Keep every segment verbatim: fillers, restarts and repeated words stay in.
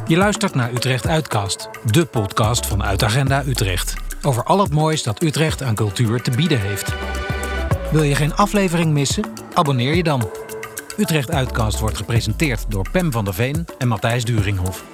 Je luistert naar Utrecht Uitcast, de podcast van Uitagenda Utrecht. Over al het moois dat Utrecht aan cultuur te bieden heeft. Wil je geen aflevering missen? Abonneer je dan. Utrecht Uitcast wordt gepresenteerd door Pem van der Veen en Matthijs Duringhoff.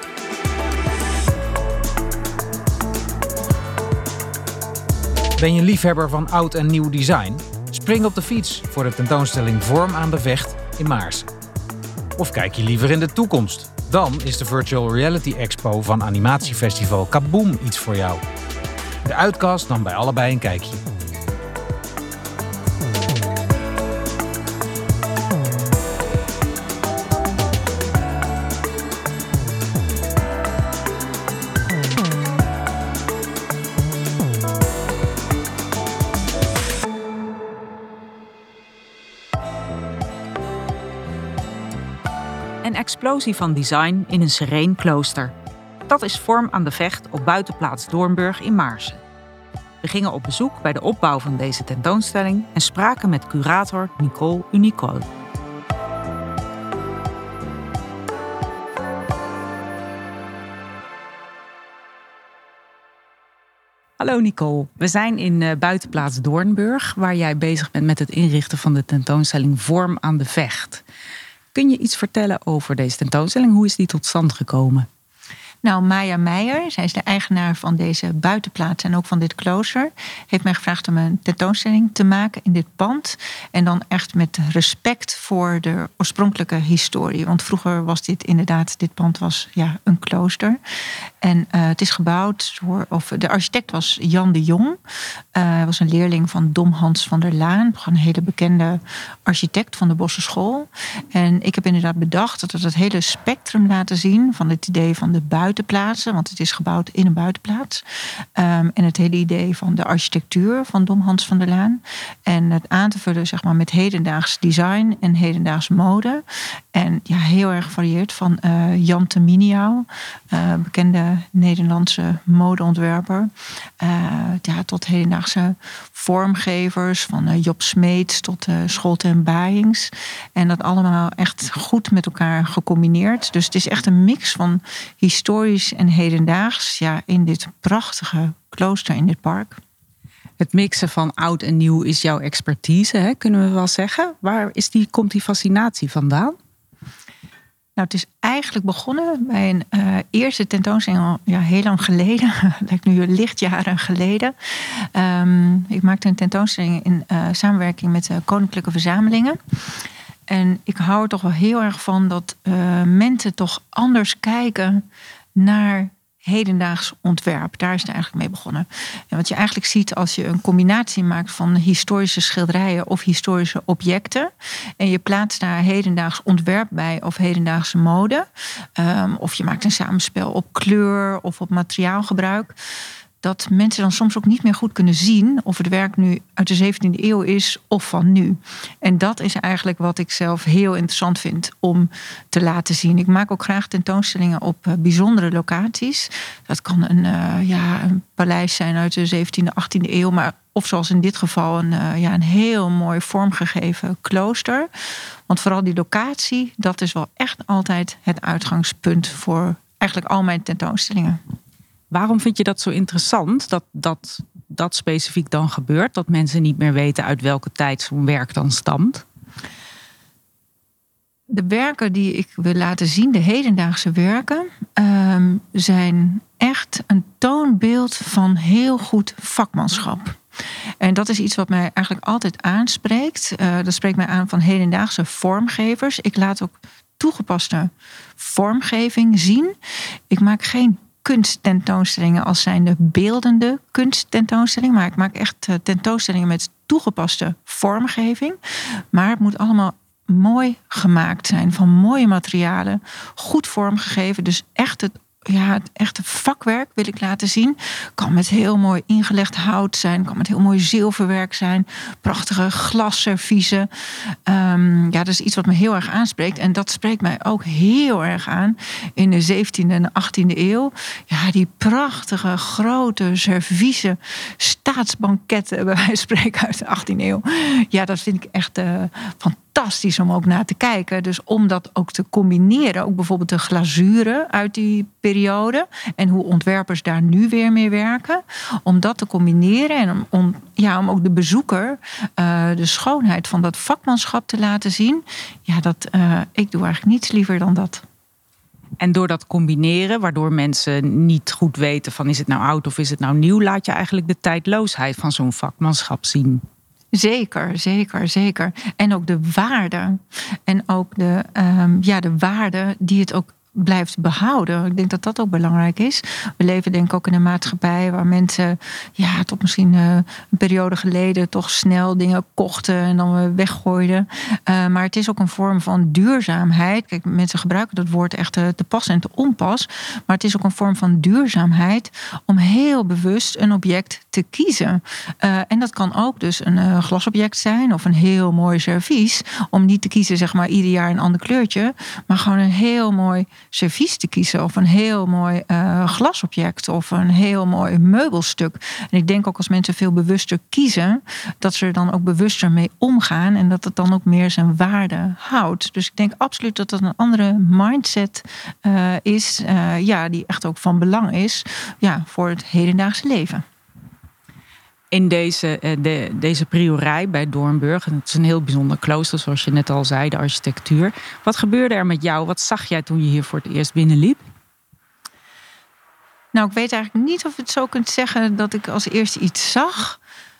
Ben je liefhebber van oud en nieuw design? Spring op de fiets voor de tentoonstelling Vorm aan de Vecht in Maarsen. Of kijk je liever in de toekomst? Dan is de Virtual Reality Expo van animatiefestival Kaboom iets voor jou. De Uitcast nam bij allebei een kijkje. Een explosie van design in een sereen klooster. Dat is Vorm aan de Vecht op buitenplaats Doornburg in Maarsen. We gingen op bezoek bij de opbouw van deze tentoonstelling en spraken met curator Nicole Unicol. Hallo Nicole, we zijn in uh, buitenplaats Doornburg, waar jij bezig bent met het inrichten van de tentoonstelling Vorm aan de Vecht. Kun je iets vertellen over deze tentoonstelling? Hoe is die tot stand gekomen? Nou, Maya Meijer, zij is de eigenaar van deze buitenplaats en ook van dit klooster, heeft mij gevraagd om een tentoonstelling te maken in dit pand. En dan echt met respect voor de oorspronkelijke historie. Want vroeger was dit inderdaad, dit pand was ja, een klooster. En uh, het is gebouwd door, of de architect was Jan de Jong. Uh, hij was een leerling van Dom Hans van der Laan. Een hele bekende architect van de Bosse School. En ik heb inderdaad bedacht dat we het hele spectrum laten zien van het idee van de buitenplaats. Buitenplaatsen, want het is gebouwd in een buitenplaats. Um, en het hele idee van de architectuur van Dom Hans van der Laan. En het aan te vullen zeg maar, met hedendaags design en hedendaags mode. En ja, heel erg gevarieerd van uh, Jan te Miniau, uh, bekende Nederlandse modeontwerper. Uh, ja, tot hedendaagse vormgevers, van uh, Job Smeets tot uh, Scholte en Baaiens. En dat allemaal echt goed met elkaar gecombineerd. Dus het is echt een mix van historisch en hedendaags, ja, in dit prachtige klooster, in dit park. Het mixen van oud en nieuw is jouw expertise, hè, kunnen we wel zeggen. Waar is die, komt die fascinatie vandaan? Nou, het is eigenlijk begonnen bij een uh, eerste tentoonstelling al ja, heel lang geleden. Lijkt nu lichtjaren geleden. Um, ik maakte een tentoonstelling in uh, samenwerking met de Koninklijke Verzamelingen. En ik hou er toch wel heel erg van dat uh, mensen toch anders kijken naar hedendaags ontwerp. Daar is het eigenlijk mee begonnen. En wat je eigenlijk ziet als je een combinatie maakt van historische schilderijen of historische objecten. En je plaatst daar hedendaags ontwerp bij of hedendaagse mode. Um, of je maakt een samenspel op kleur of op materiaalgebruik. Dat mensen dan soms ook niet meer goed kunnen zien of het werk nu uit de zeventiende eeuw is of van nu. En dat is eigenlijk wat ik zelf heel interessant vind om te laten zien. Ik maak ook graag tentoonstellingen op uh, bijzondere locaties. Dat kan een, uh, ja, een paleis zijn uit de zeventiende, achttiende eeuw, maar of zoals in dit geval een, uh, ja, een heel mooi vormgegeven klooster. Want vooral die locatie, dat is wel echt altijd het uitgangspunt voor eigenlijk al mijn tentoonstellingen. Waarom vind je dat zo interessant, dat, dat dat specifiek dan gebeurt? Dat mensen niet meer weten uit welke tijd zo'n werk dan stamt? De werken die ik wil laten zien, de hedendaagse werken, um, zijn echt een toonbeeld van heel goed vakmanschap. En dat is iets wat mij eigenlijk altijd aanspreekt. Uh, dat spreekt mij aan van hedendaagse vormgevers. Ik laat ook toegepaste vormgeving zien. Ik maak geen kunsttentoonstellingen als zijnde beeldende kunsttentoonstellingen. Maar ik maak echt tentoonstellingen met toegepaste vormgeving. Maar het moet allemaal mooi gemaakt zijn. Van mooie materialen. Goed vormgegeven. Dus echt het, ja, het echte vakwerk wil ik laten zien. Kan met heel mooi ingelegd hout zijn. Kan met heel mooi zilverwerk zijn. Prachtige glasserviezen. Um, ja, dat is iets wat me heel erg aanspreekt. En dat spreekt mij ook heel erg aan in de zeventiende en achttiende eeuw. Ja, die prachtige grote serviezen. Staatsbanketten, bij wijze van spreken, uit de achttiende eeuw. Ja, dat vind ik echt uh, fantastisch. fantastisch om ook naar te kijken. Dus om dat ook te combineren, ook bijvoorbeeld de glazuren uit die periode en hoe ontwerpers daar nu weer mee werken, om dat te combineren en om, om, ja, om ook de bezoeker uh, de schoonheid van dat vakmanschap te laten zien. Ja, dat, uh, ik doe eigenlijk niets liever dan dat. En door dat combineren, waardoor mensen niet goed weten van is het nou oud of is het nou nieuw, laat je eigenlijk de tijdloosheid van zo'n vakmanschap zien. Zeker, zeker, zeker. En ook de waarde. En ook de, um, ja, de waarde die het ook blijft behouden. Ik denk dat dat ook belangrijk is. We leven denk ik ook in een maatschappij waar mensen ja, tot misschien uh, een periode geleden toch snel dingen kochten en dan weer weggooiden. Uh, maar het is ook een vorm van duurzaamheid. Kijk, mensen gebruiken dat woord echt uh, te pas en te onpas. Maar het is ook een vorm van duurzaamheid om heel bewust een object te kiezen. Uh, en dat kan ook dus een uh, glasobject zijn of een heel mooi servies. Om niet te kiezen zeg maar ieder jaar een ander kleurtje, maar gewoon een heel mooi servies te kiezen of een heel mooi uh, glasobject of een heel mooi meubelstuk. En ik denk ook als mensen veel bewuster kiezen, dat ze er dan ook bewuster mee omgaan en dat het dan ook meer zijn waarde houdt. Dus ik denk absoluut dat dat een andere mindset uh, is, uh, ja, die echt ook van belang is ja, voor het hedendaagse leven. In deze, de, deze priorij bij Doornburg, en het is een heel bijzonder klooster, zoals je net al zei, de architectuur. Wat gebeurde er met jou? Wat zag jij toen je hier voor het eerst binnenliep? Nou, ik weet eigenlijk niet of je het zo kunt zeggen dat ik als eerste iets zag.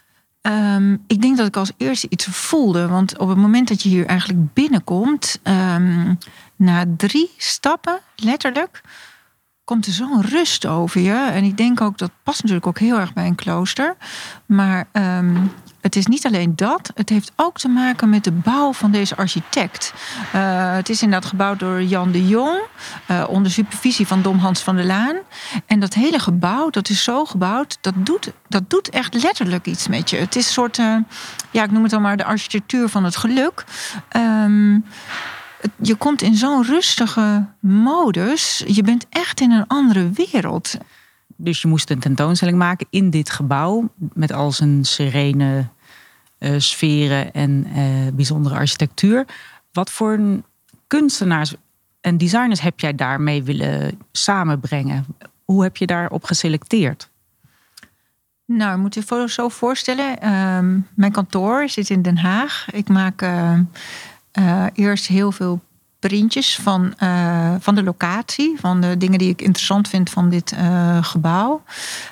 Um, ik denk dat ik als eerste iets voelde. Want op het moment dat je hier eigenlijk binnenkomt, um, na drie stappen, letterlijk, komt er zo'n rust over je. En ik denk ook, dat past natuurlijk ook heel erg bij een klooster. Maar um, het is niet alleen dat. Het heeft ook te maken met de bouw van deze architect. Uh, het is inderdaad gebouwd door Jan de Jong. Uh, onder supervisie van Dom Hans van der Laan. En dat hele gebouw, dat is zo gebouwd. Dat doet, dat doet echt letterlijk iets met je. Het is een soort, uh, ja, ik noem het dan maar de architectuur van het geluk. Um, Je komt in zo'n rustige modus. Je bent echt in een andere wereld. Dus je moest een tentoonstelling maken in dit gebouw met al zijn serene uh, sferen en uh, bijzondere architectuur. Wat voor kunstenaars en designers heb jij daarmee willen samenbrengen? Hoe heb je daarop geselecteerd? Nou, je moet je zo voorstellen. Uh, mijn kantoor zit in Den Haag. Ik maak Uh, Uh, eerst heel veel printjes van, uh, van de locatie, van de dingen die ik interessant vind van dit uh, gebouw.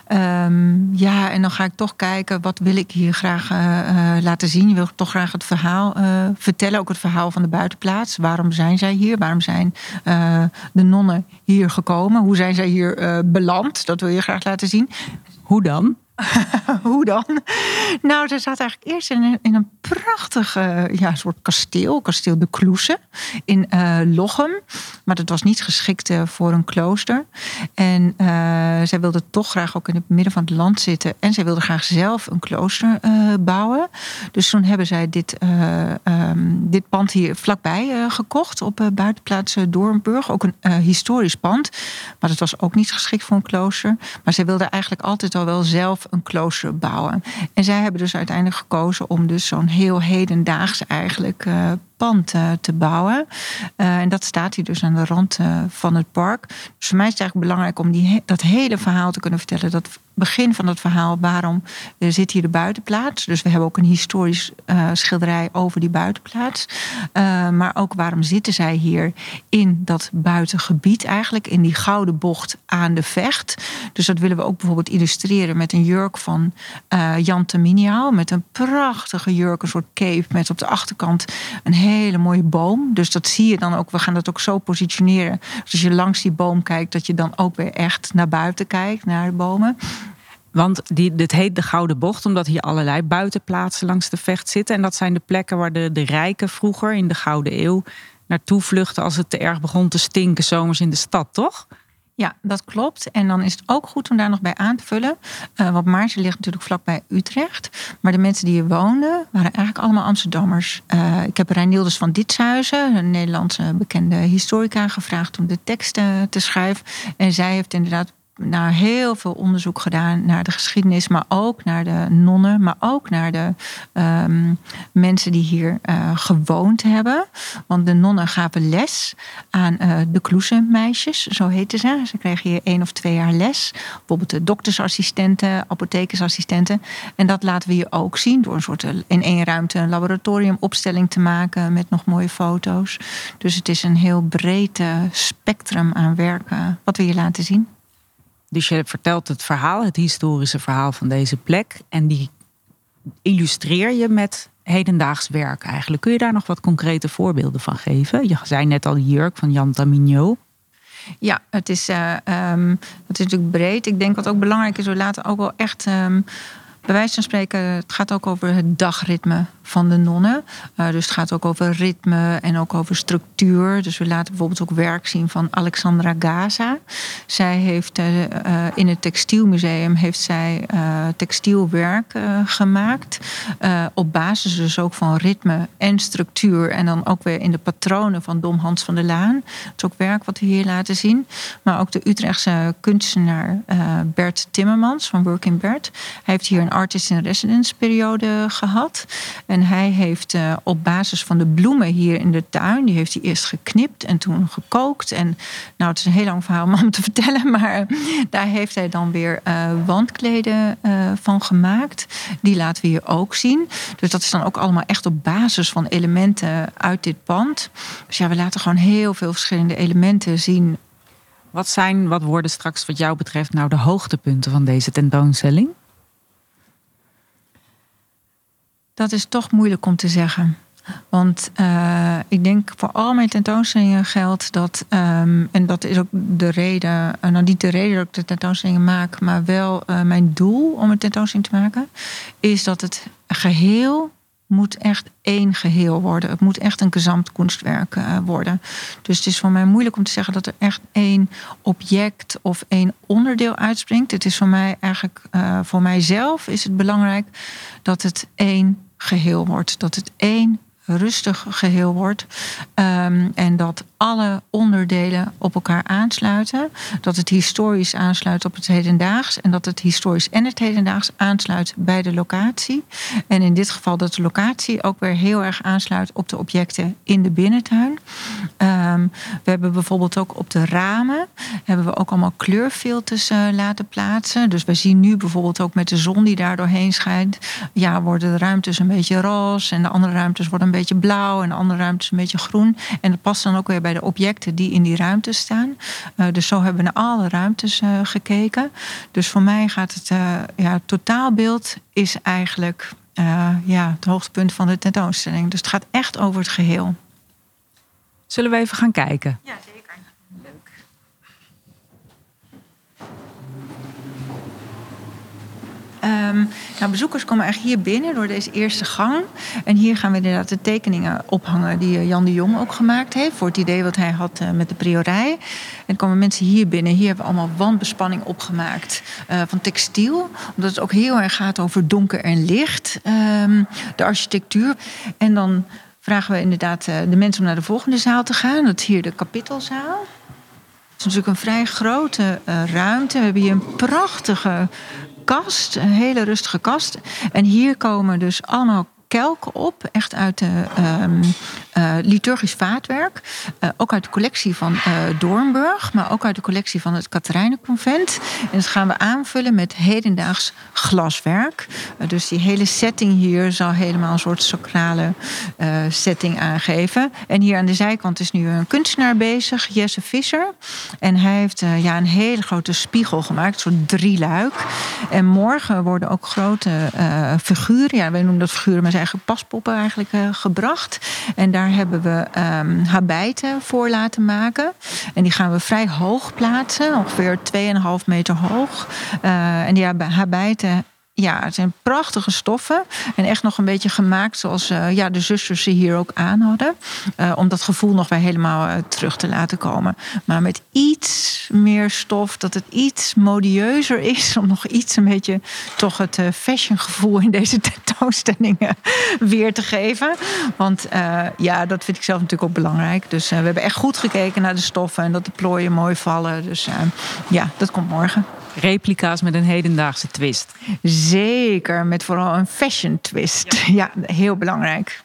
Um, ja, en dan ga ik toch kijken, wat wil ik hier graag uh, uh, laten zien? Je wil toch graag het verhaal uh, vertellen, ook het verhaal van de buitenplaats. Waarom zijn zij hier? Waarom zijn uh, de nonnen hier gekomen? Hoe zijn zij hier uh, beland? Dat wil je graag laten zien. Hoe dan? Hoe dan? Nou, ze zat eigenlijk eerst in een, in een prachtig uh, ja, soort kasteel. Kasteel de Kloese in uh, Lochem. Maar dat was niet geschikt uh, voor een klooster. En uh, zij wilde toch graag ook in het midden van het land zitten. En zij wilde graag zelf een klooster uh, bouwen. Dus toen hebben zij dit, uh, um, dit pand hier vlakbij uh, gekocht. Op uh, buitenplaats uh, Doornburg. Ook een uh, historisch pand. Maar dat was ook niet geschikt voor een klooster. Maar zij wilde eigenlijk altijd al wel zelf een klooster bouwen. En zij hebben dus uiteindelijk gekozen om dus zo'n heel hedendaags eigenlijk uh, pand uh, te bouwen. Uh, en dat staat hier dus aan de rand uh, van het park. Dus voor mij is het eigenlijk belangrijk om die, dat hele verhaal te kunnen vertellen. Dat begin van het verhaal, waarom uh, zit hier de buitenplaats? Dus we hebben ook een historisch uh, schilderij over die buitenplaats. Uh, maar ook waarom zitten zij hier in dat buitengebied eigenlijk, in die gouden bocht aan de Vecht. Dus dat willen we ook bijvoorbeeld illustreren met een jurk van uh, Jan Terminiaal, met een prachtige jurk, een soort cape met op de achterkant een hele mooie boom. Dus dat zie je dan ook, we gaan dat ook zo positioneren. Dus als je langs die boom kijkt, dat je dan ook weer echt naar buiten kijkt, naar de bomen. Want die, dit heet de Gouden Bocht, omdat hier allerlei buitenplaatsen langs de Vecht zitten. En dat zijn de plekken waar de, de rijken vroeger in de Gouden Eeuw naartoe vluchten als het te erg begon te stinken zomers in de stad, toch? Ja, dat klopt. En dan is het ook goed om daar nog bij aan te vullen. Uh, want Maarsen ligt natuurlijk vlakbij Utrecht. Maar de mensen die hier woonden, waren eigenlijk allemaal Amsterdammers. Uh, ik heb Reinildes van Ditshuizen, een Nederlandse bekende historica, gevraagd om de tekst uh, te schrijven. En zij heeft inderdaad nou, heel veel onderzoek gedaan naar de geschiedenis, maar ook naar de nonnen, maar ook naar de um, mensen die hier uh, gewoond hebben. Want de nonnen gaven les aan uh, de Kloesemeisjes, zo heten ze. Ze kregen hier één of twee jaar les. Bijvoorbeeld de doktersassistenten, apothekersassistenten. En dat laten we hier ook zien door een soort in één ruimte een laboratoriumopstelling te maken met nog mooie foto's. Dus het is een heel breed uh, spectrum aan werken wat we hier laten zien. Dus je vertelt het verhaal, het historische verhaal van deze plek. En die illustreer je met hedendaags werk eigenlijk. Kun je daar nog wat concrete voorbeelden van geven? Je zei net al de jurk van Jan Tamigno. Ja, het is, uh, um, het is natuurlijk breed. Ik denk wat ook belangrijk is, we laten ook wel echt Um, bij wijze van spreken, het gaat ook over het dagritme van de nonnen. Uh, dus het gaat ook over ritme en ook over structuur. Dus we laten bijvoorbeeld ook werk zien van Alexandra Gaza. Zij heeft uh, uh, in het textielmuseum heeft zij uh, textielwerk uh, gemaakt. Uh, op basis dus ook van ritme en structuur. En dan ook weer in de patronen van Dom Hans van der Laan. Dat is ook werk wat we hier laten zien. Maar ook de Utrechtse kunstenaar uh, Bert Timmermans van Working Bert. Hij heeft hier een artist in residence periode gehad. En hij heeft uh, op basis van de bloemen hier in de tuin, die heeft hij eerst geknipt en toen gekookt. En nou, het is een heel lang verhaal om te vertellen, maar daar heeft hij dan weer uh, wandkleden uh, van gemaakt. Die laten we hier ook zien. Dus dat is dan ook allemaal echt op basis van elementen uit dit pand. Dus ja, we laten gewoon heel veel verschillende elementen zien. Wat zijn, wat worden straks wat jou betreft nou de hoogtepunten van deze tentoonstelling? Dat is toch moeilijk om te zeggen. Want uh, ik denk voor al mijn tentoonstellingen geldt dat, um, en dat is ook de reden, uh, nou niet de reden dat ik de tentoonstellingen maak, maar wel uh, mijn doel om een tentoonstelling te maken, is dat het geheel moet echt één geheel worden. Het moet echt een gezamtkunstwerk uh, worden. Dus het is voor mij moeilijk om te zeggen dat er echt één object of één onderdeel uitspringt. Het is voor mij eigenlijk, uh, voor mijzelf is het belangrijk dat het één geheel wordt. Dat het één rustig geheel wordt. Um, en dat alle onderdelen op elkaar aansluiten. Dat het historisch aansluit op het hedendaags. En dat het historisch en het hedendaags aansluit bij de locatie. En in dit geval dat de locatie ook weer heel erg aansluit op de objecten in de binnentuin. Um, we hebben bijvoorbeeld ook op de ramen hebben we ook allemaal kleurfilters uh, laten plaatsen. Dus we zien nu bijvoorbeeld ook met de zon die daar doorheen schijnt. Ja, worden de ruimtes een beetje roze. En de andere ruimtes worden een beetje blauw. En de andere ruimtes een beetje groen. En dat past dan ook weer bij de objecten die in die ruimtes staan. Uh, dus zo hebben we naar alle ruimtes uh, gekeken. Dus voor mij gaat het uh, ja, het totaalbeeld is eigenlijk uh, ja, het hoogtepunt van de tentoonstelling. Dus het gaat echt over het geheel. Zullen we even gaan kijken? Ja, zeker. Leuk. Um, nou, bezoekers komen eigenlijk hier binnen door deze eerste gang. En hier gaan we inderdaad de tekeningen ophangen die Jan de Jong ook gemaakt heeft. Voor het idee wat hij had uh, met de priorij. En dan komen mensen hier binnen. Hier hebben we allemaal wandbespanning opgemaakt uh, van textiel. Omdat het ook heel erg gaat over donker en licht. Um, de architectuur. En dan vragen we inderdaad uh, de mensen om naar de volgende zaal te gaan. Dat is hier de kapittelzaal. Het is natuurlijk een vrij grote uh, ruimte. We hebben hier een prachtige kast, een hele rustige kast. En hier komen dus allemaal kelken op, echt uit de um, uh, liturgisch vaatwerk. Uh, ook uit de collectie van uh, Doornburg, maar ook uit de collectie van het Katerijnenconvent. En dat gaan we aanvullen met hedendaags glaswerk. Uh, dus die hele setting hier zal helemaal een soort sacrale uh, setting aangeven. En hier aan de zijkant is nu een kunstenaar bezig, Jesse Visser. En hij heeft uh, ja, een hele grote spiegel gemaakt, een soort drieluik. En morgen worden ook grote uh, figuren, ja, wij noemen dat figuren, maar zijn eigen paspoppen eigenlijk uh, gebracht. En daar hebben we um, habijten voor laten maken. En die gaan we vrij hoog plaatsen, ongeveer twee komma vijf meter hoog. Uh, en die habijten, Ja, het zijn prachtige stoffen. En echt nog een beetje gemaakt zoals uh, ja, de zusters ze hier ook aan hadden. Uh, om dat gevoel nog weer helemaal uh, terug te laten komen. Maar met iets meer stof, dat het iets modieuzer is. Om nog iets een beetje toch het uh, fashiongevoel in deze tentoonstellingen weer te geven. Want uh, ja, dat vind ik zelf natuurlijk ook belangrijk. Dus uh, we hebben echt goed gekeken naar de stoffen. En dat de plooien mooi vallen. Dus uh, ja, dat komt morgen. Replica's met een hedendaagse twist. Zeker, met vooral een fashion twist. Ja, ja, heel belangrijk.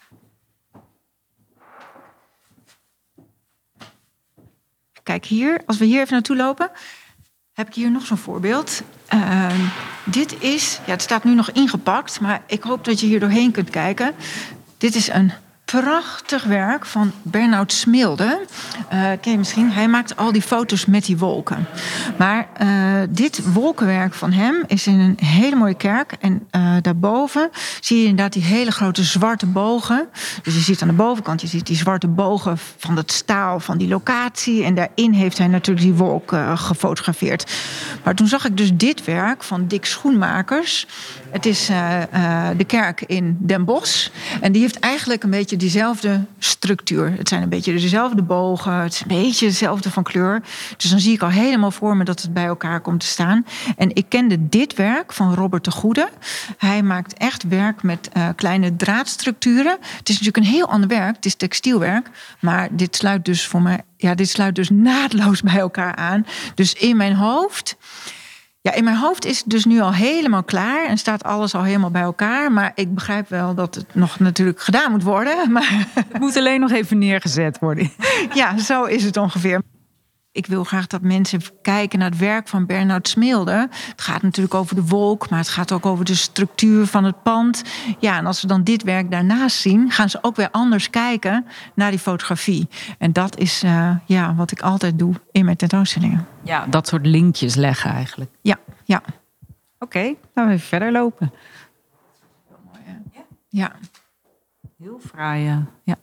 Kijk hier, als we hier even naartoe lopen, heb ik hier nog zo'n voorbeeld. Uh, dit is, ja, het staat nu nog ingepakt, maar ik hoop dat je hier doorheen kunt kijken. Dit is een prachtig werk van Bernhard Smilde. Uh, ken je misschien? Hij maakt al die foto's met die wolken. Maar uh, dit wolkenwerk van hem is in een hele mooie kerk. En uh, daarboven zie je inderdaad die hele grote zwarte bogen. Dus je ziet aan de bovenkant, je ziet die zwarte bogen van het staal van die locatie. En daarin heeft hij natuurlijk die wolk uh, gefotografeerd. Maar toen zag ik dus dit werk van Dick Schoenmakers. Het is uh, uh, de kerk in Den Bosch. En die heeft eigenlijk een beetje diezelfde structuur. Het zijn een beetje dezelfde bogen. Het is een beetje hetzelfde van kleur. Dus dan zie ik al helemaal voor me dat het bij elkaar komt te staan. En ik kende dit werk van Robert de Goede. Hij maakt echt werk met uh, kleine draadstructuren. Het is natuurlijk een heel ander werk. Het is textielwerk. Maar dit sluit dus voor mij, ja, dit sluit dus naadloos bij elkaar aan. Dus in mijn hoofd. Ja, in mijn hoofd is het dus nu al helemaal klaar en staat alles al helemaal bij elkaar. Maar ik begrijp wel dat het nog natuurlijk gedaan moet worden. Maar het moet alleen nog even neergezet worden. Ja, zo is het ongeveer. Ik wil graag dat mensen kijken naar het werk van Bernhard Smilde. Het gaat natuurlijk over de wolk, maar het gaat ook over de structuur van het pand. Ja, en als ze dan dit werk daarnaast zien, gaan ze ook weer anders kijken naar die fotografie. En dat is uh, ja, wat ik altijd doe in mijn tentoonstellingen. Ja, dat soort linkjes leggen eigenlijk. Ja, ja. Oké, okay, laten we even verder lopen. Heel mooi, hè? Ja. Ja. Heel fraai, ja.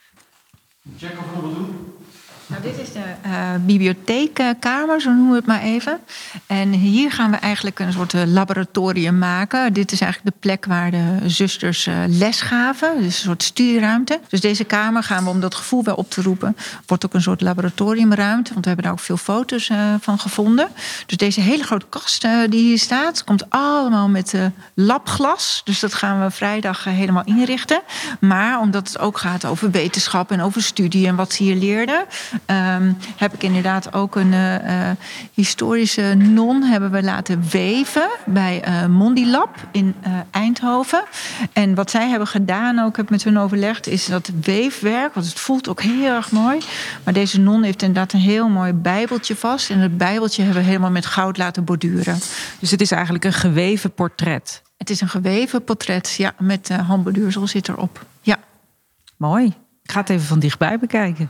Check of we nog wat doen. Nou, dit is de uh, bibliotheekkamer, zo noemen we het maar even. En hier gaan we eigenlijk een soort laboratorium maken. Dit is eigenlijk de plek waar de zusters uh, les gaven. Dus een soort studieruimte. Dus deze kamer gaan we, om dat gevoel weer op te roepen, wordt ook een soort laboratoriumruimte. Want we hebben daar ook veel foto's uh, van gevonden. Dus deze hele grote kast uh, die hier staat, komt allemaal met uh, labglas. Dus dat gaan we vrijdag uh, helemaal inrichten. Maar omdat het ook gaat over wetenschap en over studie en wat ze hier leerden, Um, heb ik inderdaad ook een uh, historische non hebben we laten weven bij uh, Mondilab in uh, Eindhoven. En wat zij hebben gedaan, ook heb ik met hun overlegd, is dat weefwerk, want het voelt ook heel erg mooi. Maar deze non heeft inderdaad een heel mooi bijbeltje vast. En het bijbeltje hebben we helemaal met goud laten borduren. Dus het is eigenlijk een geweven portret? Het is een geweven portret, ja, met uh, handborduursel zit erop. Ja. Mooi. Ik ga het even van dichtbij bekijken.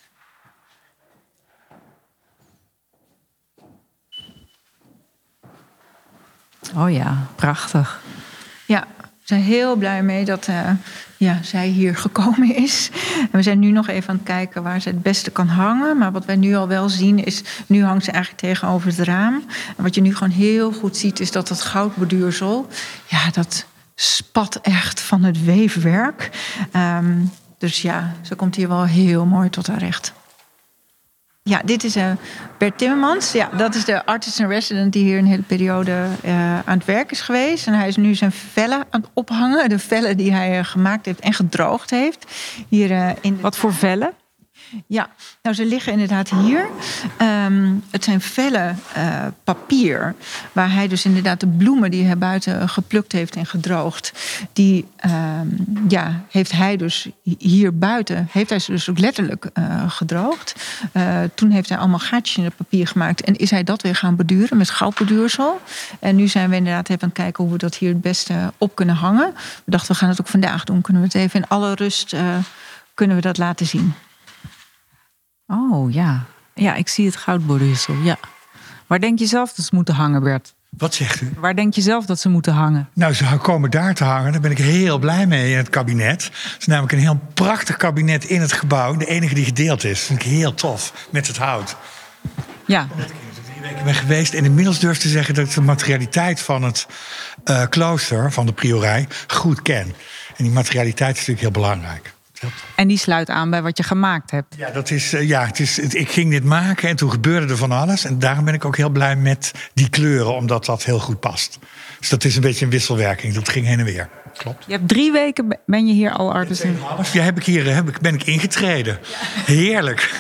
Oh ja, prachtig. Ja, we zijn heel blij mee dat uh, ja, zij hier gekomen is. En we zijn nu nog even aan het kijken waar ze het beste kan hangen. Maar wat wij nu al wel zien is, nu hangt ze eigenlijk tegenover het raam. En wat je nu gewoon heel goed ziet is dat dat goudborduursel, ja, dat spat echt van het weefwerk. Um, dus ja, ze komt hier wel heel mooi tot haar recht. Ja, dit is uh, Bert Timmermans. Ja, dat is de artist in resident die hier een hele periode uh, aan het werk is geweest. En hij is nu zijn vellen aan het ophangen. De vellen die hij uh, gemaakt heeft en gedroogd heeft. Hier, uh, in de... Wat voor vellen? Ja, nou ze liggen inderdaad hier. Um, het zijn vellen uh, papier. Waar hij dus inderdaad de bloemen die hij buiten geplukt heeft en gedroogd. Die um, ja, heeft hij dus hier buiten. Heeft hij ze dus ook letterlijk uh, gedroogd. Uh, toen heeft hij allemaal gaatjes in het papier gemaakt. En is hij dat weer gaan borduren met goudborduursel. En nu zijn we inderdaad even aan het kijken hoe we dat hier het beste op kunnen hangen. We dachten we gaan het ook vandaag doen. Kunnen we het even in alle rust uh, kunnen we dat laten zien. Oh ja, ja, ik zie het goudborduursel, ja. Waar denk je zelf dat ze moeten hangen, Bert? Wat zegt u? Waar denk je zelf dat ze moeten hangen? Nou, ze komen daar te hangen. Daar ben ik heel blij mee in het kabinet. Het is namelijk een heel prachtig kabinet in het gebouw. De enige die gedeeld is. Dat vind ik heel tof, met het hout. Ja. Dat is drie weken ben geweest en inmiddels durf te zeggen dat ik de materialiteit van het uh, klooster, van de priorij, goed ken. En die materialiteit is natuurlijk heel belangrijk. En die sluit aan bij wat je gemaakt hebt. Ja, dat is, uh, ja het is, het, ik ging dit maken en toen gebeurde er van alles. En daarom ben ik ook heel blij met die kleuren, omdat dat heel goed past. Dus dat is een beetje een wisselwerking. Dat ging heen en weer. Klopt. Je hebt drie weken, ben je hier al artist in? Ja, heb ik hier heb ik, ben ik ingetreden. Ja. Heerlijk.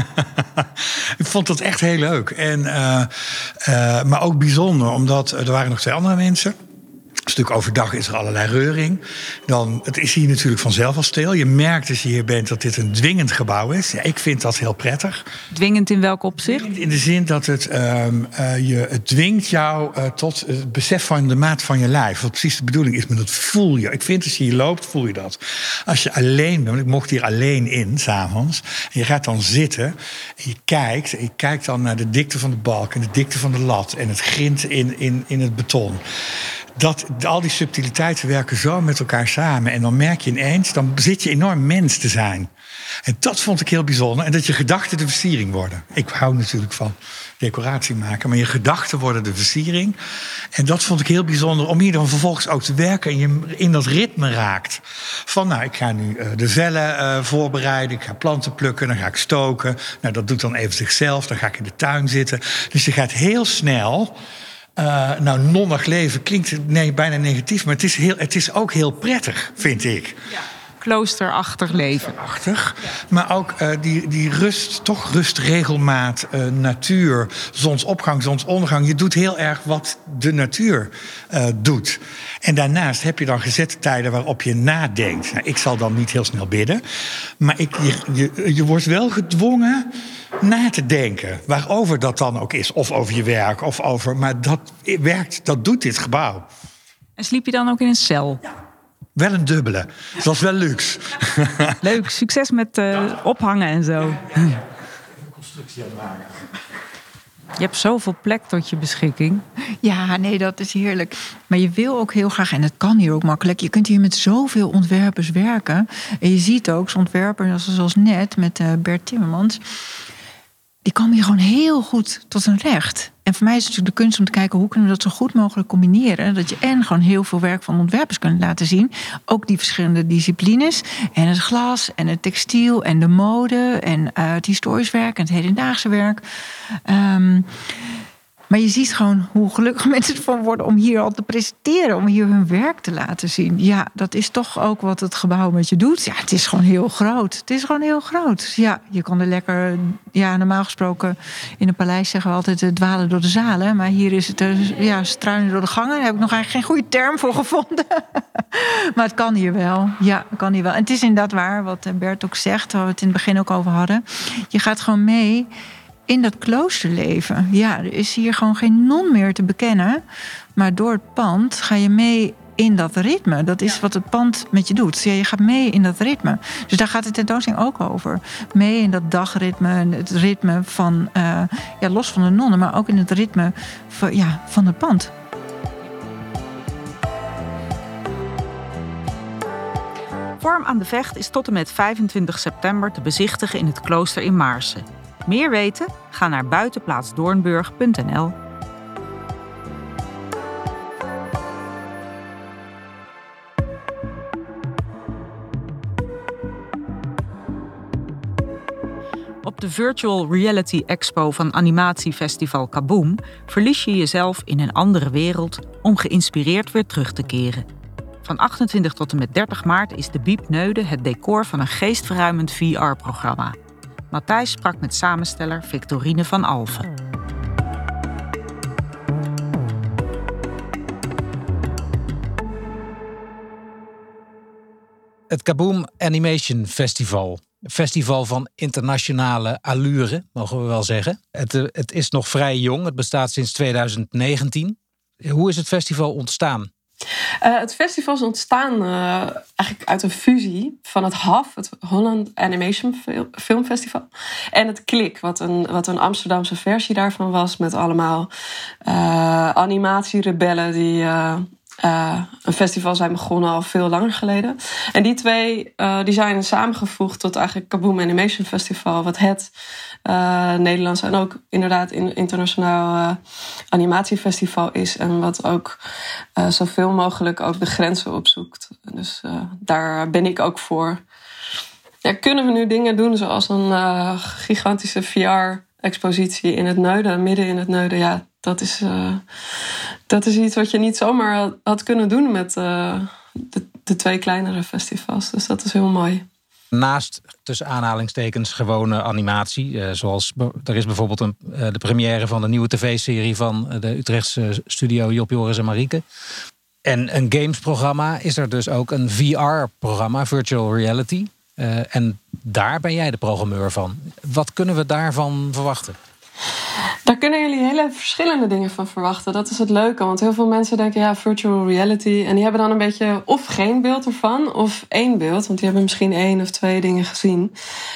Ik vond dat echt heel leuk. En, uh, uh, maar ook bijzonder, omdat er waren nog twee andere mensen. Een stuk overdag is er allerlei reuring. Dan, het is hier natuurlijk vanzelf al stil. Je merkt als je hier bent dat dit een dwingend gebouw is. Ja, ik vind dat heel prettig. Dwingend in welk opzicht? Dwingend in de zin dat het, um, uh, je, het dwingt jou uh, tot het besef van de maat van je lijf. Wat precies de bedoeling is, maar dat voel je. Ik vind als je hier loopt, voel je dat. Als je alleen bent, ik mocht hier alleen in, 's avonds. En je gaat dan zitten en je kijkt. En je kijkt dan naar de dikte van de balk en de dikte van de lat. En het grind in, in, in het beton. Dat, al die subtiliteiten werken zo met elkaar samen. En dan merk je ineens, dan zit je enorm mens te zijn. En dat vond ik heel bijzonder. En dat je gedachten de versiering worden. Ik hou natuurlijk van decoratie maken. Maar je gedachten worden de versiering. En dat vond ik heel bijzonder. Om hier dan vervolgens ook te werken. En je in dat ritme raakt. Van nou, ik ga nu uh, de vellen uh, voorbereiden. Ik ga planten plukken. Dan ga ik stoken. Nou, dat doet dan even zichzelf. Dan ga ik in de tuin zitten. Dus je gaat heel snel. Uh, nou, nonnig leven klinkt nee, bijna negatief, maar het is, heel, het is ook heel prettig, vind ik. Ja. Kloosterachtig leven. Kloosterachtig, ja. Maar ook uh, die, die rust, toch rust, regelmaat, uh, natuur, zonsopgang, zonsondergang. Je doet heel erg wat de natuur uh, doet. En daarnaast heb je dan gezette tijden waarop je nadenkt. Nou, ik zal dan niet heel snel bidden, maar ik, je, je, je wordt wel gedwongen na te denken, waarover dat dan ook is. Of over je werk, of over... Maar dat werkt, dat doet dit gebouw. En sliep je dan ook in een cel? Ja. Wel een dubbele. Dat was wel luxe. Leuk, succes met uh, ophangen en zo. Ja, ja, ja. Een constructie aan het maken. Je hebt zoveel plek tot je beschikking. Ja, nee, dat is heerlijk. Maar je wil ook heel graag, en het kan hier ook makkelijk... je kunt hier met zoveel ontwerpers werken. En je ziet ook, zo'n ontwerper zoals net met uh, Bert Timmermans... die komen hier gewoon heel goed tot hun recht. En voor mij is het natuurlijk de kunst om te kijken... hoe kunnen we dat zo goed mogelijk combineren. Dat je en gewoon heel veel werk van ontwerpers kunt laten zien. Ook die verschillende disciplines. En het glas en het textiel en de mode... en uh, het historisch werk en het hedendaagse werk. Um, maar je ziet gewoon hoe gelukkig mensen ervan worden... om hier al te presenteren, om hier hun werk te laten zien. Ja, dat is toch ook wat het gebouw met je doet. Ja, het is gewoon heel groot. Het is gewoon heel groot. Ja, je kan er lekker... Ja, normaal gesproken in een paleis zeggen we altijd... dwalen door de zalen. Maar hier is het ja, struinen door de gangen. Daar heb ik nog eigenlijk geen goede term voor gevonden. Maar het kan hier wel. Ja, het kan hier wel. En het is inderdaad waar, wat Bert ook zegt... waar we het in het begin ook over hadden. Je gaat gewoon mee... in dat kloosterleven. Ja, er is hier gewoon geen non meer te bekennen. Maar door het pand ga je mee in dat ritme. Dat is wat het pand met je doet. Ja, je gaat mee in dat ritme. Dus daar gaat de tentoonstelling ook over. Mee in dat dagritme, het ritme van... Uh, ja, los van de nonnen, maar ook in het ritme van, ja, van het pand. Vorm aan de Vecht is tot en met vijfentwintig september te bezichtigen in het klooster in Maarssen. Meer weten? Ga naar buitenplaatsdoornburg punt n l. Op de Virtual Reality Expo van animatiefestival Kaboom verlies je jezelf in een andere wereld om geïnspireerd weer terug te keren. Van achtentwintig tot en met dertig maart is de Biep Neude het decor van een geestverruimend V R-programma. Matthijs sprak met samensteller Victorine van Alphen. Het Kaboom Animation Festival. Een festival van internationale allure, mogen we wel zeggen. Het, het is nog vrij jong, het bestaat sinds twintig negentien. Hoe is het festival ontstaan? Uh, het festival is ontstaan uh, eigenlijk uit een fusie van het H A F, het Holland Animation Film Festival, en het Klik, wat een, wat een Amsterdamse versie daarvan was, met allemaal uh, animatierebellen die uh, uh, een festival zijn begonnen al veel langer geleden. En die twee uh, die zijn samengevoegd tot eigenlijk Kaboom Animation Festival, wat het uh, Nederlands en ook inderdaad in internationaal uh, animatiefestival is. En wat ook uh, zoveel mogelijk ook de grenzen opzoekt. Dus uh, daar ben ik ook voor. Ja, kunnen we nu dingen doen zoals een uh, gigantische V R-expositie in het Neuden, midden in het Neuden? Ja, dat is, uh, dat is iets wat je niet zomaar had kunnen doen met uh, de, de twee kleinere festivals. Dus dat is heel mooi. Naast, tussen aanhalingstekens, gewone animatie. Uh, zoals, er is bijvoorbeeld een, uh, de première van de nieuwe tv-serie van de Utrechtse studio Job, Joris en Marieke. En een gamesprogramma is er dus ook een V R-programma, Virtual Reality. Uh, en daar ben jij de programmeur van. Wat kunnen we daarvan verwachten? Daar kunnen jullie hele verschillende dingen van verwachten. Dat is het leuke, want heel veel mensen denken, ja, virtual reality. En die hebben dan een beetje of geen beeld ervan, of één beeld. Want die hebben misschien één of twee dingen gezien.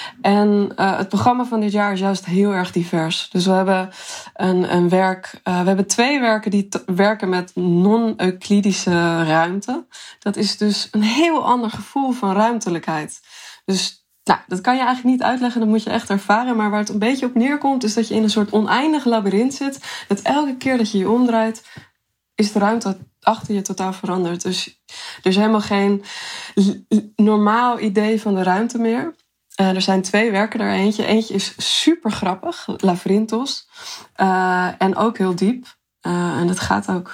En uh, het programma van dit jaar is juist heel erg divers. Dus we hebben een, een werk, uh, we hebben twee werken die t- werken met non-Euclidische ruimte. Dat is dus een heel ander gevoel van ruimtelijkheid. Dus nou, dat kan je eigenlijk niet uitleggen, dat moet je echt ervaren. Maar waar het een beetje op neerkomt, is dat je in een soort oneindig labyrint zit. Dat elke keer dat je je omdraait, is de ruimte achter je totaal veranderd. Dus er is helemaal geen normaal idee van de ruimte meer. Uh, er zijn twee werken daar eentje. Eentje is super grappig, Labyrinthos. Uh, en ook heel diep. Uh, en het gaat ook...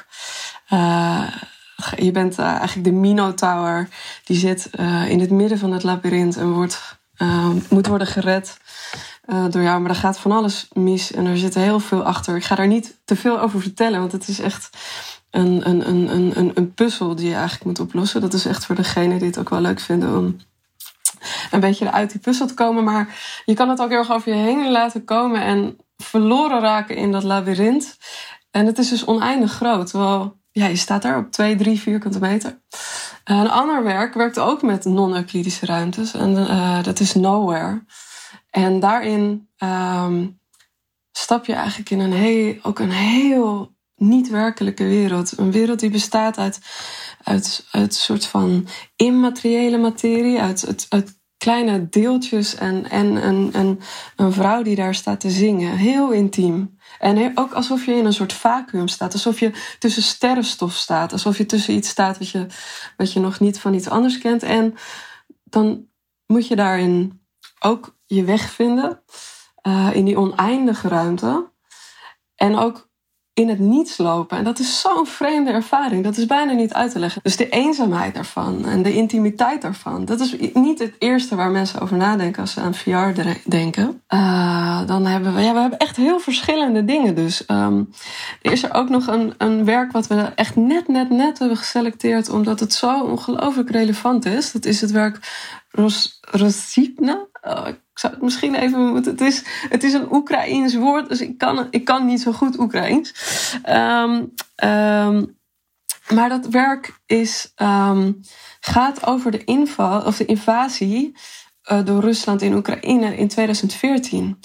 Uh, je bent uh, eigenlijk de Minotaur. Die zit uh, in het midden van het labyrint en wordt... Uh, moet worden gered uh, door jou. Maar er gaat van alles mis en er zit heel veel achter. Ik ga daar niet te veel over vertellen, want het is echt een, een, een, een, een puzzel die je eigenlijk moet oplossen. Dat is echt voor degene die het ook wel leuk vinden om een beetje uit die puzzel te komen. Maar je kan het ook heel erg over je heen laten komen en verloren raken in dat labyrint. En het is dus oneindig groot. Terwijl ja, je staat daar op twee, drie vierkante meter. Uh, een ander werk werkt ook met non-Euclidische ruimtes. En uh, dat is Nowhere. En daarin um, stap je eigenlijk in een heel, ook een heel niet werkelijke wereld. Een wereld die bestaat uit, uit, uit een soort van immateriële materie. Uit, uit, uit kleine deeltjes en, en, en, en een vrouw die daar staat te zingen. Heel intiem. En ook alsof je in een soort vacuüm staat. Alsof je tussen sterrenstof staat. Alsof je tussen iets staat wat je, wat je nog niet van iets anders kent. En dan moet je daarin ook je weg vinden. Uh, in die oneindige ruimte. En ook in het niets lopen. En dat is zo'n vreemde ervaring. Dat is bijna niet uit te leggen. Dus de eenzaamheid daarvan en de intimiteit daarvan. Dat is niet het eerste waar mensen over nadenken als ze aan V R denken. Uh, dan hebben we, ja, we hebben echt heel verschillende dingen. Dus um, er is er ook nog een, een werk wat we echt net, net, net hebben geselecteerd. Omdat het zo ongelooflijk relevant is. Dat is het werk Ros, Rosipna. Oh, ik zou het misschien even moeten... Het is, het is een Oekraïens woord, dus ik kan, ik kan niet zo goed Oekraïens. Um, um, maar dat werk is, um, gaat over de inval, of de invasie uh, door Rusland in Oekraïne in tweeduizend veertien.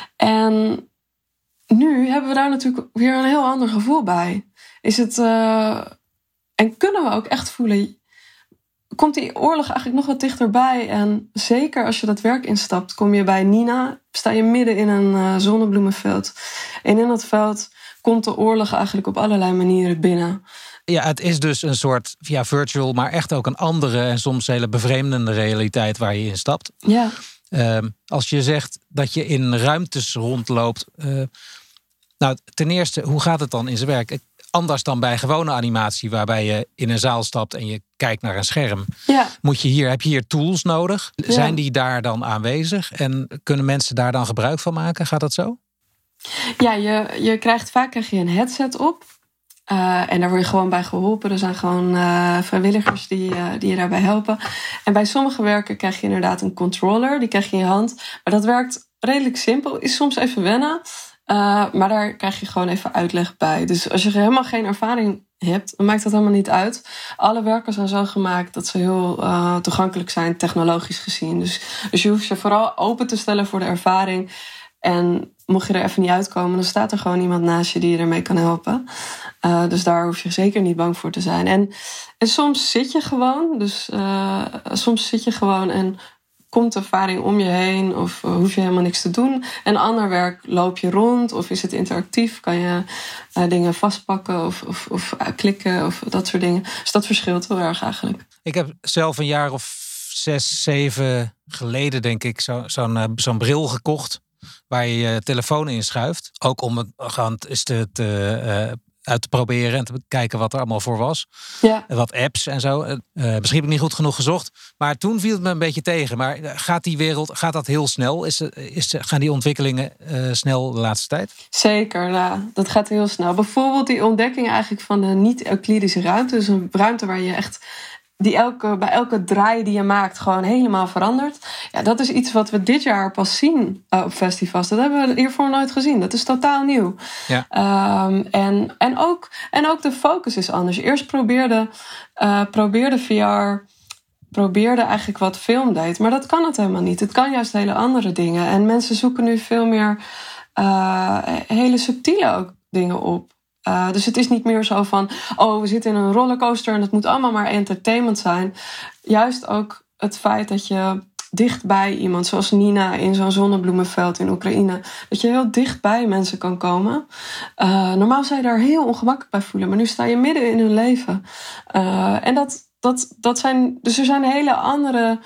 En nu hebben we daar natuurlijk weer een heel ander gevoel bij. Is het... Uh, en kunnen we ook echt voelen... Komt die oorlog eigenlijk nog wat dichterbij. En zeker als je dat werk instapt, kom je bij Nina. Sta je midden in een uh, zonnebloemenveld. En in dat veld komt de oorlog eigenlijk op allerlei manieren binnen. Ja, het is dus een soort ja, virtual, maar echt ook een andere en soms hele bevreemdende realiteit waar je in stapt. Ja. Uh, als je zegt dat je in ruimtes rondloopt. Uh, nou, ten eerste, hoe gaat het dan in zijn werk? Anders dan bij gewone animatie, waarbij je in een zaal stapt en je kijkt naar een scherm. Ja. Moet je hier, heb je hier tools nodig? Ja. Zijn die daar dan aanwezig? En kunnen mensen daar dan gebruik van maken? Gaat dat zo? Ja, je, je krijgt vaak krijg je een headset op. Uh, en daar word je gewoon bij geholpen. Er zijn gewoon uh, vrijwilligers die, uh, die je daarbij helpen. En bij sommige werken krijg je inderdaad een controller. Die krijg je in je hand. Maar dat werkt redelijk simpel. Is soms even wennen. Uh, maar daar krijg je gewoon even uitleg bij. Dus als je helemaal geen ervaring hebt, dan maakt dat helemaal niet uit. Alle werken zijn zo gemaakt dat ze heel uh, toegankelijk zijn, technologisch gezien. Dus, dus je hoeft je vooral open te stellen voor de ervaring. En mocht je er even niet uitkomen, dan staat er gewoon iemand naast je die je ermee kan helpen. Uh, dus daar hoef je zeker niet bang voor te zijn. En, en soms zit je gewoon. Dus uh, soms zit je gewoon en komt ervaring om je heen of uh, hoef je helemaal niks te doen. En ander werk loop je rond of is het interactief, kan je uh, dingen vastpakken of, of, of uh, klikken of dat soort dingen. Dus dat verschilt heel erg eigenlijk. Ik heb zelf een jaar of zes, zeven geleden denk ik zo, zo'n, uh, zo'n bril gekocht waar je je telefoon in schuift. Ook om het gewoon eens te, te, uh, uit te proberen en te kijken wat er allemaal voor was. Ja. Wat apps en zo. Uh, misschien heb ik niet goed genoeg gezocht. Maar toen viel het me een beetje tegen. Maar gaat die wereld, gaat dat heel snel? Is, is, gaan die ontwikkelingen uh, snel de laatste tijd? Zeker, nou, dat gaat heel snel. Bijvoorbeeld die ontdekking eigenlijk van de niet-Euclidische ruimte. Dus een ruimte waar je echt die elke, bij elke draai die je maakt gewoon helemaal verandert. Ja, dat is iets wat we dit jaar pas zien uh, op festivals. Dat hebben we hiervoor nooit gezien. Dat is totaal nieuw. Ja. Um, en, en, ook, en ook de focus is anders. Eerst probeerde, uh, probeerde V R... probeerde eigenlijk wat film deed. Maar dat kan het helemaal niet. Het kan juist hele andere dingen. En mensen zoeken nu veel meer uh, hele subtiele ook dingen op. Uh, dus het is niet meer zo van, oh, we zitten in een rollercoaster en het moet allemaal maar entertainment zijn. Juist ook het feit dat je dichtbij iemand, zoals Nina in zo'n zonnebloemenveld in Oekraïne, dat je heel dichtbij mensen kan komen. Uh, normaal zou je daar heel ongemakkelijk bij voelen, maar nu sta je midden in hun leven. Uh, en dat, dat, dat zijn, dus er zijn hele andere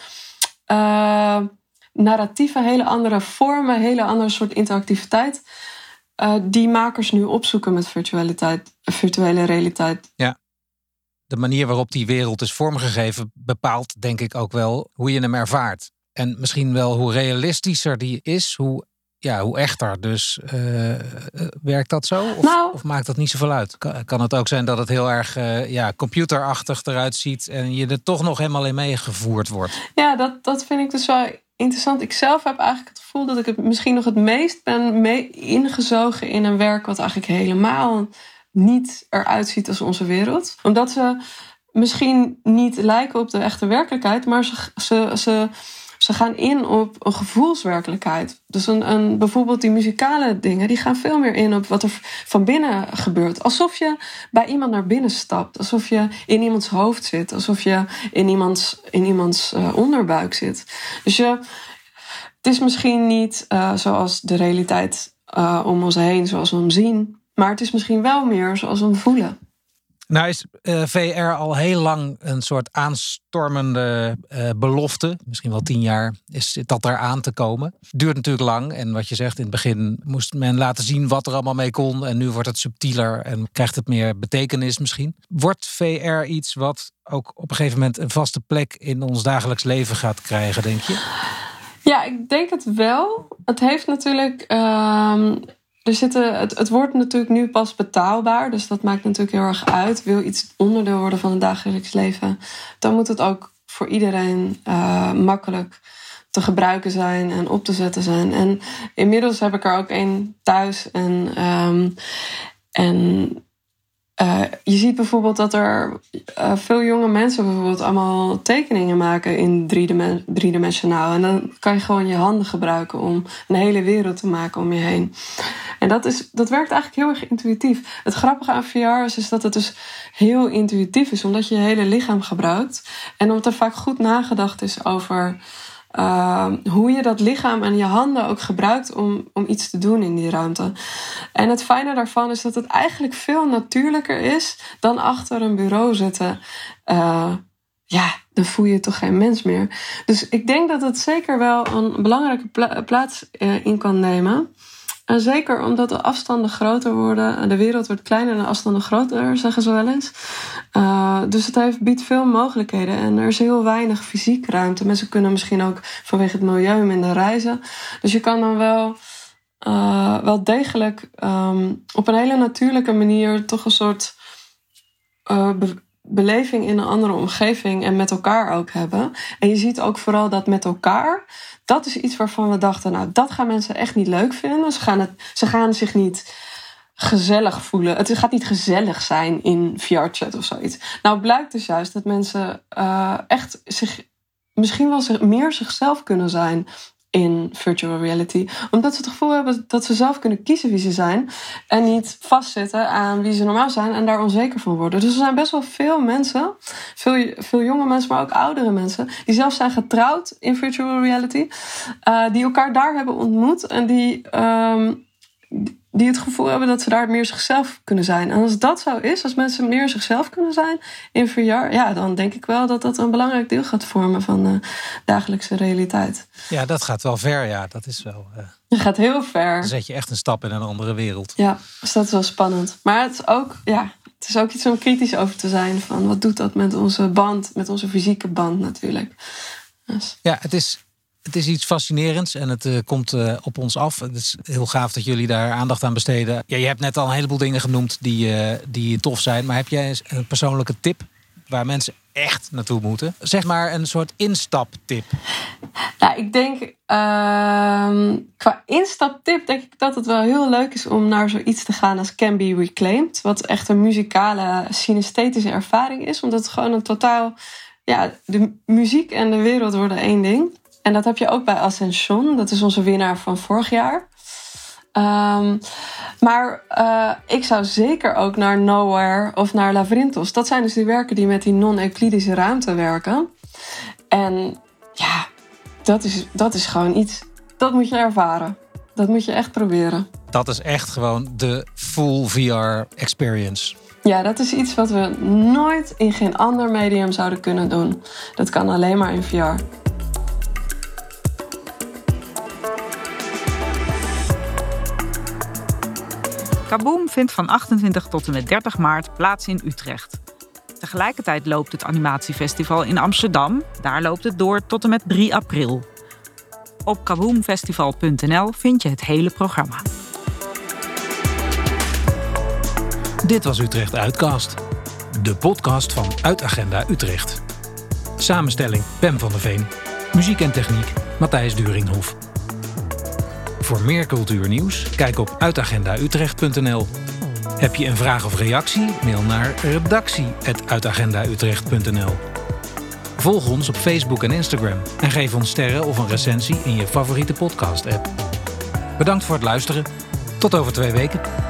uh, narratieven, hele andere vormen, hele andere soort interactiviteit. Uh, die makers nu opzoeken met virtualiteit, virtuele realiteit. Ja. De manier waarop die wereld is vormgegeven bepaalt denk ik ook wel hoe je hem ervaart. En misschien wel hoe realistischer die is, hoe, ja, hoe echter. Dus uh, uh, werkt dat zo? Of, nou, of maakt dat niet zoveel uit? Kan, kan het ook zijn dat het heel erg uh, ja, computerachtig eruit ziet en je er toch nog helemaal in meegevoerd wordt? Ja, dat, dat vind ik dus wel interessant. Ik zelf heb eigenlijk het gevoel dat ik het misschien nog het meest ben mee ingezogen in een werk wat eigenlijk helemaal niet eruit ziet als onze wereld. Omdat ze misschien niet lijken op de echte werkelijkheid, maar ze, ze, ze, ze gaan in op een gevoelswerkelijkheid. Dus een, een, bijvoorbeeld die muzikale dingen, die gaan veel meer in op wat er van binnen gebeurt. Alsof je bij iemand naar binnen stapt. Alsof je in iemands hoofd zit. Alsof je in iemands, in iemands uh, onderbuik zit. Dus je, het is misschien niet uh, zoals de realiteit uh, om ons heen, zoals we hem zien. Maar het is misschien wel meer zoals we hem voelen. Nou is uh, V R al heel lang een soort aanstormende uh, belofte. Misschien wel tien jaar is dat daar aan te komen. Duurt natuurlijk lang. En wat je zegt, in het begin moest men laten zien wat er allemaal mee kon. En nu wordt het subtieler en krijgt het meer betekenis misschien. Wordt V R iets wat ook op een gegeven moment een vaste plek in ons dagelijks leven gaat krijgen, denk je? Ja, ik denk het wel. Het heeft natuurlijk... Uh... Er zitten, het, het wordt natuurlijk nu pas betaalbaar. Dus dat maakt natuurlijk heel erg uit. Wil iets onderdeel worden van het dagelijks leven, dan moet het ook voor iedereen uh, makkelijk te gebruiken zijn en op te zetten zijn. En inmiddels heb ik er ook één thuis. En, um, en uh, je ziet bijvoorbeeld dat er uh, veel jonge mensen bijvoorbeeld allemaal tekeningen maken in driedimen- driedimensionaal. En dan kan je gewoon je handen gebruiken om een hele wereld te maken om je heen. En dat, is, dat werkt eigenlijk heel erg intuïtief. Het grappige aan V R is, is dat het dus heel intuïtief is, omdat je je hele lichaam gebruikt. En omdat er vaak goed nagedacht is over uh, hoe je dat lichaam en je handen ook gebruikt om, om iets te doen in die ruimte. En het fijne daarvan is dat het eigenlijk veel natuurlijker is dan achter een bureau zitten. Uh, ja, dan voel je toch geen mens meer. Dus ik denk dat het zeker wel een belangrijke pla- plaats uh, in kan nemen. En zeker omdat de afstanden groter worden. De wereld wordt kleiner en de afstanden groter, zeggen ze wel eens. Uh, dus het heeft, biedt veel mogelijkheden. En er is heel weinig fysiek ruimte. Mensen kunnen misschien ook vanwege het milieu minder reizen. Dus je kan dan wel, uh, wel degelijk um, op een hele natuurlijke manier toch een soort uh, be- beleving in een andere omgeving en met elkaar ook hebben. En je ziet ook vooral dat met elkaar, dat is iets waarvan we dachten, nou, dat gaan mensen echt niet leuk vinden. Ze gaan, het, ze gaan zich niet gezellig voelen. Het gaat niet gezellig zijn in V R-chat of zoiets. Nou, blijkt dus juist dat mensen uh, echt zich, misschien wel zich, meer zichzelf kunnen zijn in virtual reality. Omdat ze het gevoel hebben dat ze zelf kunnen kiezen wie ze zijn. En niet vastzitten aan wie ze normaal zijn en daar onzeker van worden. Dus er zijn best wel veel mensen, veel, veel jonge mensen, maar ook oudere mensen, die zelf zijn getrouwd in virtual reality. Uh, die elkaar daar hebben ontmoet en die, um, die het gevoel hebben dat ze daar meer zichzelf kunnen zijn. En als dat zo is, als mensen meer zichzelf kunnen zijn in V R, ja, dan denk ik wel dat dat een belangrijk deel gaat vormen van de dagelijkse realiteit. Ja, dat gaat wel ver, ja. Dat is wel... Uh... Dat gaat heel ver. Dan zet je echt een stap in een andere wereld. Ja, dus dat is wel spannend. Maar het is ook, ja, het is ook iets om kritisch over te zijn. Van wat doet dat met onze band, met onze fysieke band natuurlijk. Dus. Ja, het is, het is iets fascinerends en het uh, komt uh, op ons af. Het is heel gaaf dat jullie daar aandacht aan besteden. Ja, je hebt net al een heleboel dingen genoemd die, uh, die tof zijn. Maar heb jij een persoonlijke tip waar mensen echt naartoe moeten? Zeg maar een soort instaptip. Nou, ik denk, uh, qua instaptip denk ik dat het wel heel leuk is om naar zoiets te gaan als Can Be Reclaimed. Wat echt een muzikale, synesthetische ervaring is. Omdat het gewoon een totaal, ja, de muziek en de wereld worden één ding. En dat heb je ook bij Ascension. Dat is onze winnaar van vorig jaar. Um, maar uh, ik zou zeker ook naar Nowhere of naar Lavrintos. Dat zijn dus die werken die met die non-euclidische ruimte werken. En ja, dat is, dat is gewoon iets, dat moet je ervaren. Dat moet je echt proberen. Dat is echt gewoon de full V R experience. Ja, dat is iets wat we nooit in geen ander medium zouden kunnen doen. Dat kan alleen maar in V R. Kaboom vindt van achtentwintig tot en met dertig maart plaats in Utrecht. Tegelijkertijd loopt het animatiefestival in Amsterdam. Daar loopt het door tot en met drie april. Op kaboomfestival punt n l vind je het hele programma. Dit was Utrecht Uitcast. De podcast van Uitagenda Utrecht. Samenstelling Pem van der Veen. Muziek en techniek Matthijs Duringhof. Voor meer cultuurnieuws, kijk op uitagenda utrecht punt n l. Heb je een vraag of reactie? Mail naar redactie apenstaartje uitagenda utrecht punt n l. Volg ons op Facebook en Instagram en geef ons sterren of een recensie in je favoriete podcast-app. Bedankt voor het luisteren. Tot over twee weken.